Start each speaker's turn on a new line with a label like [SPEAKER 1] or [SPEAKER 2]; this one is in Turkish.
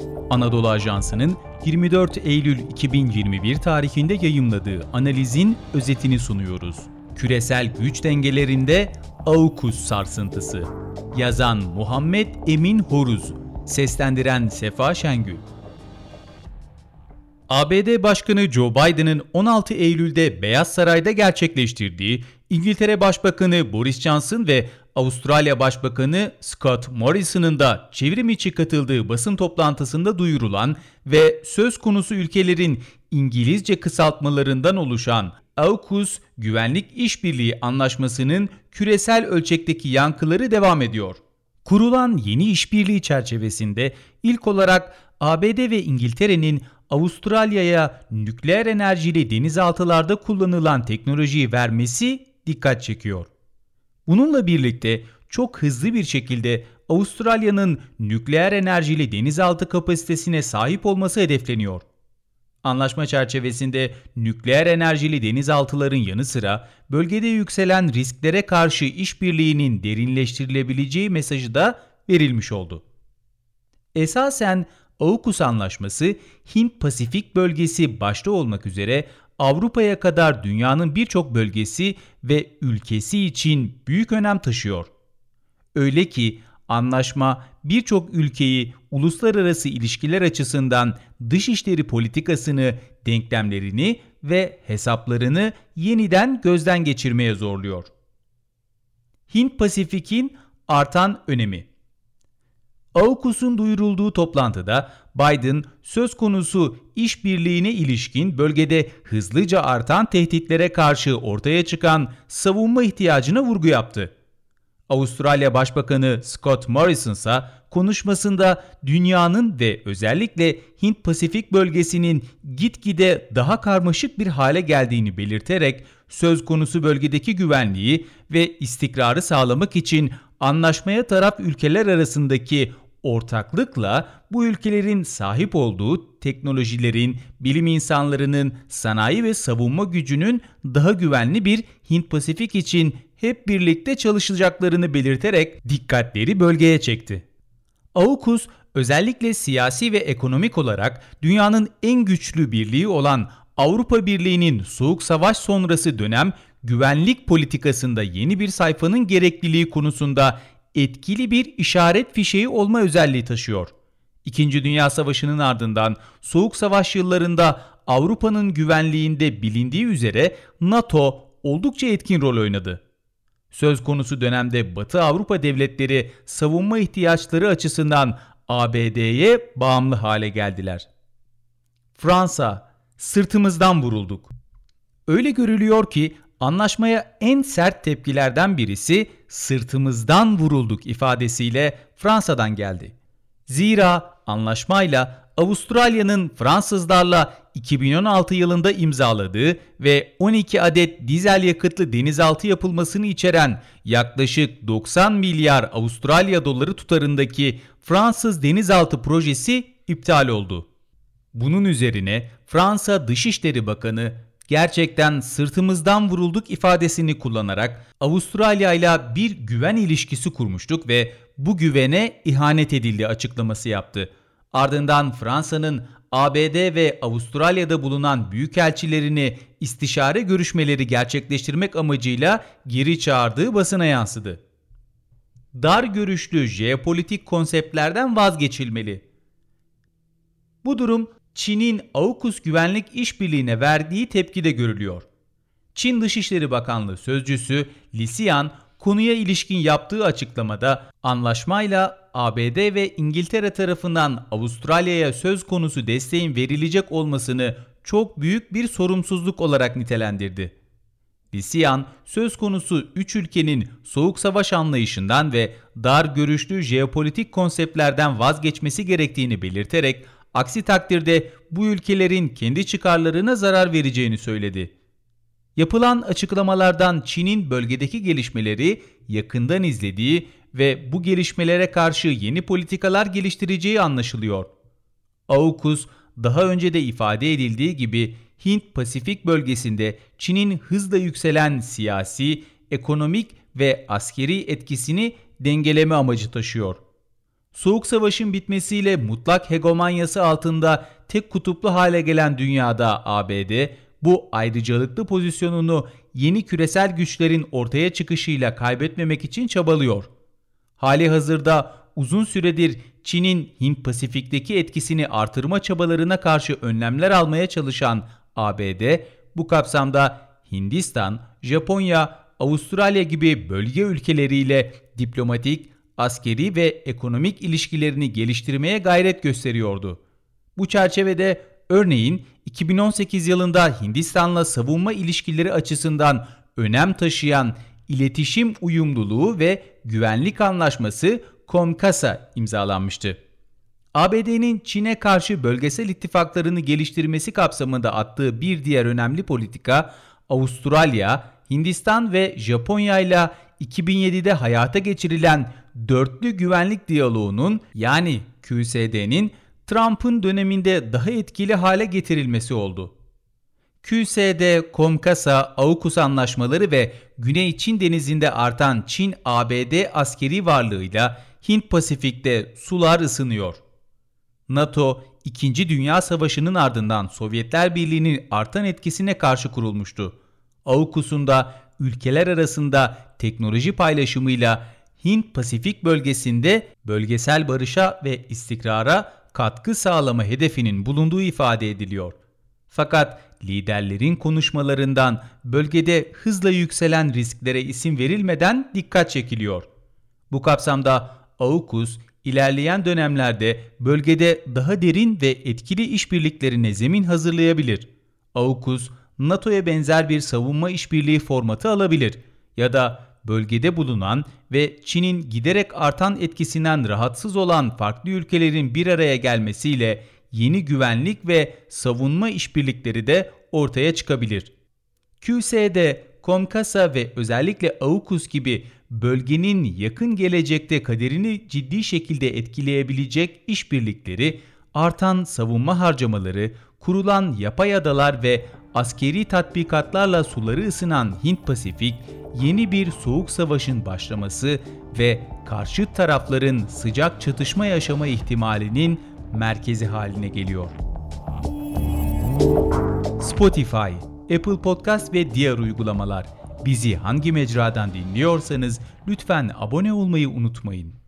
[SPEAKER 1] Anadolu Ajansı'nın 24 Eylül 2021 tarihinde yayımladığı analizin özetini sunuyoruz. Küresel güç dengelerinde AUKUS sarsıntısı. Yazan Muhammed Emin Horuz, seslendiren Sefa Şengül. ABD Başkanı Joe Biden'ın 16 Eylül'de Beyaz Saray'da gerçekleştirdiği, İngiltere Başbakanı Boris Johnson ve Avustralya Başbakanı Scott Morrison'ın da çevrim içi katıldığı basın toplantısında duyurulan ve söz konusu ülkelerin İngilizce kısaltmalarından oluşan AUKUS Güvenlik İşbirliği Anlaşması'nın küresel ölçekteki yankıları devam ediyor. Kurulan yeni işbirliği çerçevesinde ilk olarak ABD ve İngiltere'nin Avustralya'ya nükleer enerjili denizaltılarda kullanılan teknolojiyi vermesi dikkat çekiyor. Bununla birlikte çok hızlı bir şekilde Avustralya'nın nükleer enerjili denizaltı kapasitesine sahip olması hedefleniyor. Anlaşma çerçevesinde nükleer enerjili denizaltıların yanı sıra bölgede yükselen risklere karşı işbirliğinin derinleştirilebileceği mesajı da verilmiş oldu. Esasen AUKUS anlaşması Hint-Pasifik bölgesi başta olmak üzere Avrupa'ya kadar dünyanın birçok bölgesi ve ülkesi için büyük önem taşıyor. Öyle ki anlaşma birçok ülkeyi uluslararası ilişkiler açısından dışişleri politikasını, denklemlerini ve hesaplarını yeniden gözden geçirmeye zorluyor. Hint-Pasifik'in artan önemi. AUKUS'un duyurulduğu toplantıda Biden söz konusu işbirliğine ilişkin bölgede hızlıca artan tehditlere karşı ortaya çıkan savunma ihtiyacına vurgu yaptı. Avustralya Başbakanı Scott Morrison ise konuşmasında dünyanın ve özellikle Hint-Pasifik bölgesinin gitgide daha karmaşık bir hale geldiğini belirterek söz konusu bölgedeki güvenliği ve istikrarı sağlamak için anlaşmaya taraf ülkeler arasındaki ortaklıkla bu ülkelerin sahip olduğu teknolojilerin, bilim insanlarının, sanayi ve savunma gücünün daha güvenli bir Hint-Pasifik için hep birlikte çalışacaklarını belirterek dikkatleri bölgeye çekti. AUKUS özellikle siyasi ve ekonomik olarak dünyanın en güçlü birliği olan Avrupa Birliği'nin Soğuk Savaş sonrası dönem güvenlik politikasında yeni bir sayfanın gerekliliği konusunda etkili bir işaret fişeği olma özelliği taşıyor. İkinci Dünya Savaşı'nın ardından Soğuk Savaş yıllarında Avrupa'nın güvenliğinde bilindiği üzere NATO oldukça etkin rol oynadı. Söz konusu dönemde Batı Avrupa devletleri savunma ihtiyaçları açısından ABD'ye bağımlı hale geldiler. Fransa, sırtımızdan vurulduk. Öyle görülüyor ki anlaşmaya en sert tepkilerden birisi sırtımızdan vurulduk ifadesiyle Fransa'dan geldi. Zira anlaşmayla Avustralya'nın Fransızlarla 2016 yılında imzaladığı ve 12 adet dizel yakıtlı denizaltı yapılmasını içeren yaklaşık 90 milyar Avustralya doları tutarındaki Fransız denizaltı projesi iptal oldu. Bunun üzerine Fransa Dışişleri Bakanı gerçekten sırtımızdan vurulduk ifadesini kullanarak Avustralya ile bir güven ilişkisi kurmuştuk ve bu güvene ihanet edildi açıklaması yaptı. Ardından Fransa'nın ABD ve Avustralya'da bulunan büyükelçilerini istişare görüşmeleri gerçekleştirmek amacıyla geri çağırdığı basına yansıdı. Dar görüşlü jeopolitik konseptlerden vazgeçilmeli. Bu durum Çin'in AUKUS Güvenlik İşbirliği'ne verdiği tepkide görülüyor. Çin Dışişleri Bakanlığı sözcüsü Li Xian konuya ilişkin yaptığı açıklamada anlaşmayla ABD ve İngiltere tarafından Avustralya'ya söz konusu desteğin verilecek olmasını çok büyük bir sorumsuzluk olarak nitelendirdi. Li Xian söz konusu 3 ülkenin soğuk savaş anlayışından ve dar görüşlü jeopolitik konseptlerden vazgeçmesi gerektiğini belirterek aksi takdirde bu ülkelerin kendi çıkarlarına zarar vereceğini söyledi. Yapılan açıklamalardan Çin'in bölgedeki gelişmeleri yakından izlediği ve bu gelişmelere karşı yeni politikalar geliştireceği anlaşılıyor. AUKUS daha önce de ifade edildiği gibi Hint-Pasifik bölgesinde Çin'in hızla yükselen siyasi, ekonomik ve askeri etkisini dengeleme amacı taşıyor. Soğuk Savaş'ın bitmesiyle mutlak hegemonyası altında tek kutuplu hale gelen dünyada ABD, bu ayrıcalıklı pozisyonunu yeni küresel güçlerin ortaya çıkışıyla kaybetmemek için çabalıyor. Halihazırda uzun süredir Çin'in Hint-Pasifik'teki etkisini artırma çabalarına karşı önlemler almaya çalışan ABD, bu kapsamda Hindistan, Japonya, Avustralya gibi bölge ülkeleriyle diplomatik, askeri ve ekonomik ilişkilerini geliştirmeye gayret gösteriyordu. Bu çerçevede örneğin 2018 yılında Hindistan'la savunma ilişkileri açısından önem taşıyan İletişim Uyumluluğu ve Güvenlik Anlaşması COMCAS'a imzalanmıştı. ABD'nin Çin'e karşı bölgesel ittifaklarını geliştirmesi kapsamında attığı bir diğer önemli politika, Avustralya, Hindistan ve Japonya ile 2007'de hayata geçirilen Dörtlü Güvenlik Diyaloğu'nun yani QSD'nin Trump'ın döneminde daha etkili hale getirilmesi oldu. QSD, COMCAS'a, AUKUS anlaşmaları ve Güney Çin Denizi'nde artan Çin-ABD askeri varlığıyla Hint-Pasifik'te sular ısınıyor. NATO, 2. Dünya Savaşı'nın ardından Sovyetler Birliği'nin artan etkisine karşı kurulmuştu. AUKUS'un da ülkeler arasında teknoloji paylaşımıyla Hint-Pasifik bölgesinde bölgesel barışa ve istikrara katkı sağlama hedefinin bulunduğu ifade ediliyor. Fakat liderlerin konuşmalarından bölgede hızla yükselen risklere isim verilmeden dikkat çekiliyor. Bu kapsamda AUKUS, ilerleyen dönemlerde bölgede daha derin ve etkili işbirliklerine zemin hazırlayabilir. AUKUS, NATO'ya benzer bir savunma işbirliği formatı alabilir ya da bölgede bulunan ve Çin'in giderek artan etkisinden rahatsız olan farklı ülkelerin bir araya gelmesiyle yeni güvenlik ve savunma işbirlikleri de ortaya çıkabilir. QSD, COMCAS'a ve özellikle AUKUS gibi bölgenin yakın gelecekte kaderini ciddi şekilde etkileyebilecek işbirlikleri, artan savunma harcamaları, kurulan yapay adalar ve askeri tatbikatlarla suları ısınan Hint-Pasifik, yeni bir soğuk savaşın başlaması ve karşıt tarafların sıcak çatışma yaşama ihtimalinin merkezi haline geliyor. Spotify, Apple Podcast ve diğer uygulamalar. Bizi hangi mecradan dinliyorsanız lütfen abone olmayı unutmayın.